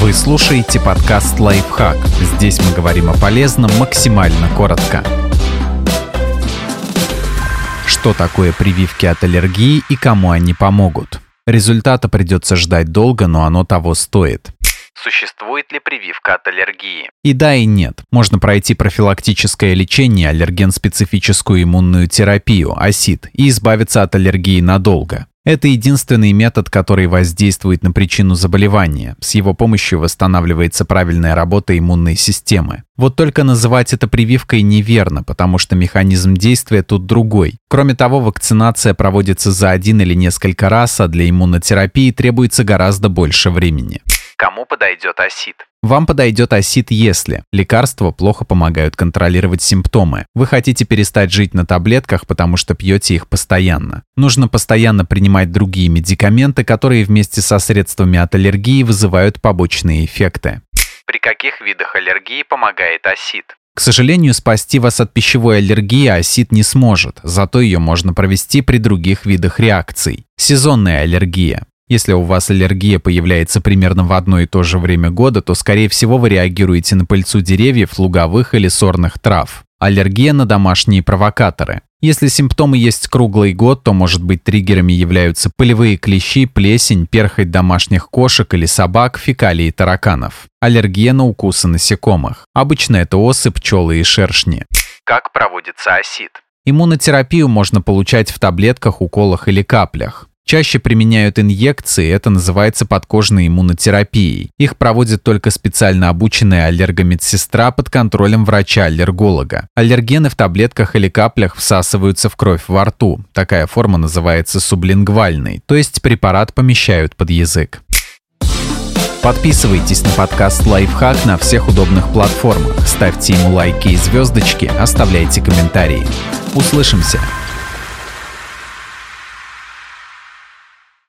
Вы слушаете подкаст «Лайфхак». Здесь мы говорим о полезном максимально коротко. Что такое прививки от аллергии и кому они помогут? Результата придется ждать долго, но оно того стоит. Существует ли прививка от аллергии? И да, и нет. Можно пройти профилактическое лечение, аллерген-специфическую иммунную терапию, АСИТ, и избавиться от аллергии надолго. Это единственный метод, который воздействует на причину заболевания. С его помощью восстанавливается правильная работа иммунной системы. Вот только называть это прививкой неверно, потому что механизм действия тут другой. Кроме того, вакцинация проводится за один или несколько раз, а для иммунотерапии требуется гораздо больше времени. Кому подойдет АСИТ? Вам подойдет АСИТ, если лекарства плохо помогают контролировать симптомы. Вы хотите перестать жить на таблетках, потому что пьете их постоянно. Нужно постоянно принимать другие медикаменты, которые вместе со средствами от аллергии вызывают побочные эффекты. При каких видах аллергии помогает АСИТ? К сожалению, спасти вас от пищевой аллергии АСИТ не сможет, зато ее можно провести при других видах реакций. Сезонная аллергия. Если у вас аллергия появляется примерно в одно и то же время года, то, скорее всего, вы реагируете на пыльцу деревьев, луговых или сорных трав. Аллергия на домашние провокаторы. Если симптомы есть круглый год, то, может быть, триггерами являются пылевые клещи, плесень, перхоть домашних кошек или собак, фекалии тараканов. Аллергия на укусы насекомых. Обычно это осы, пчелы и шершни. Как проводится АСИТ? Иммунотерапию можно получать в таблетках, уколах или каплях. Чаще применяют инъекции, это называется подкожной иммунотерапией. Их проводит только специально обученная аллергомедсестра под контролем врача-аллерголога. Аллергены в таблетках или каплях всасываются в кровь во рту. Такая форма называется сублингвальной, то есть препарат помещают под язык. Подписывайтесь на подкаст «Лайфхак» на всех удобных платформах. Ставьте ему лайки и звездочки, оставляйте комментарии. Услышимся!